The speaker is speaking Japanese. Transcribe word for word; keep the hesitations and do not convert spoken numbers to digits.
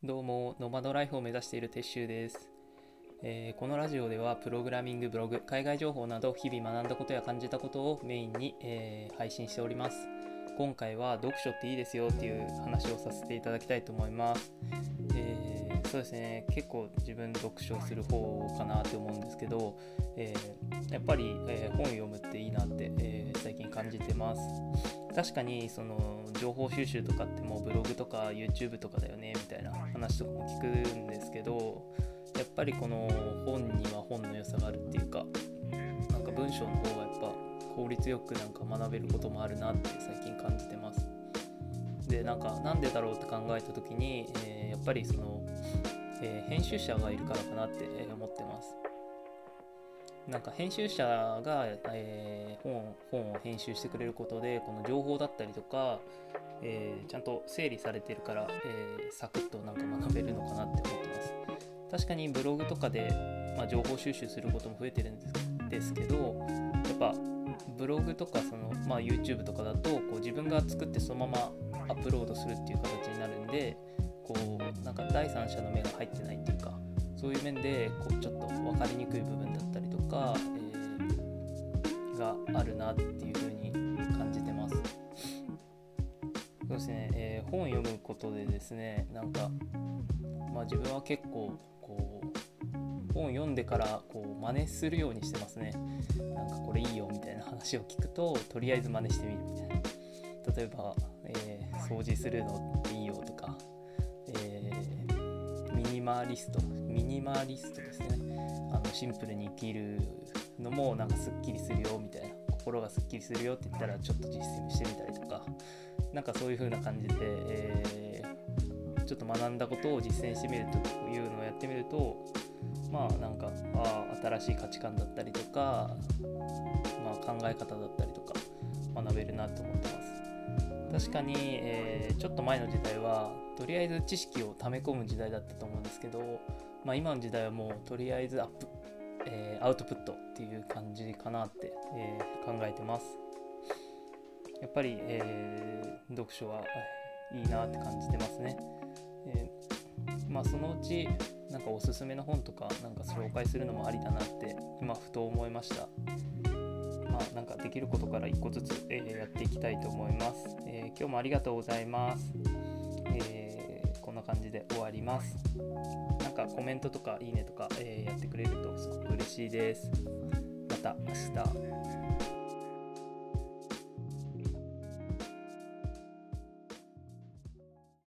どうも、ノマドライフを目指している鉄舟です。えーこのラジオではプログラミング、ブログ、海外情報など日々学んだことや感じたことをメインに、えー配信しております。今回は読書っていいですよっていう話をさせていただきたいと思います。えーそうですね、結構自分読書する方かなって思うんですけど、えーやっぱり、えー本読むっていいなって、えー最近感じてます。確かにその情報収集とかってもうブログとか YouTube とかだよねみたいな話とかも聞くんですけど、やっぱりこの本には本の良さがあるっていうか、なんか文章の方がやっぱ効率よくなんか学べることもあるなって最近感じてます。で、なんかなんでだろうって考えた時に、えーやっぱりその、えー編集者がいるからかなって思ってます。なんか編集者が、えー本、本を編集してくれることで、この情報だったりとか、えーちゃんと整理されてるから、えーサクッとなんか学べるのかなって思ってます。確かにブログとかで、まあ、情報収集することも増えてるんですですけど、やっぱブログとかその、まあ、YouTube とかだとこう自分が作ってそのままアップロードするっていう形になるんで、こうなんか第三者の目が入ってないっていうか、そういう面でこうちょっと分かりにくい部分だったりとか、えーがあるなっていう風に感じてます。そうですね、えー本読むことでですね、なんか、まあ、自分は結構こう本読んでからこう真似するようにしてますね。なんかこれいいよみたいな話を聞くと、とりあえず真似してみるみたいな。例えば、えー掃除するのっていいよとか、えーミニマリストミニマリストですね。あのシンプルに生きるのもなんかすっきりするよみたいな、心がすっきりするよって言ったらちょっと実践してみたりとか、なんかそういう風な感じで、えーちょっと学んだことを実践してみるというのをやってみると、まあなんかあ新しい価値観だったりとか、まあ、考え方だったりとか学べるなと思ってます。確かに、えーちょっと前の時代はとりあえず知識を溜め込む時代だったと思うんですけど、まあ、今の時代はもうとりあえずアップ、えーアウトプットっていう感じかなって、えー考えてます。やっぱり、えー読書はいいなって感じてますね。えーまあそのうちなんかおすすめの本とかなんか紹介するのもありだなって今ふと思いました。まあなんかできることから一個ずつ、えーやっていきたいと思います。えー今日もありがとうございます。えーこんな感じで終わります。なんかコメントとかいいねとか、えーやってくれるとすごく嬉しいです。また明日。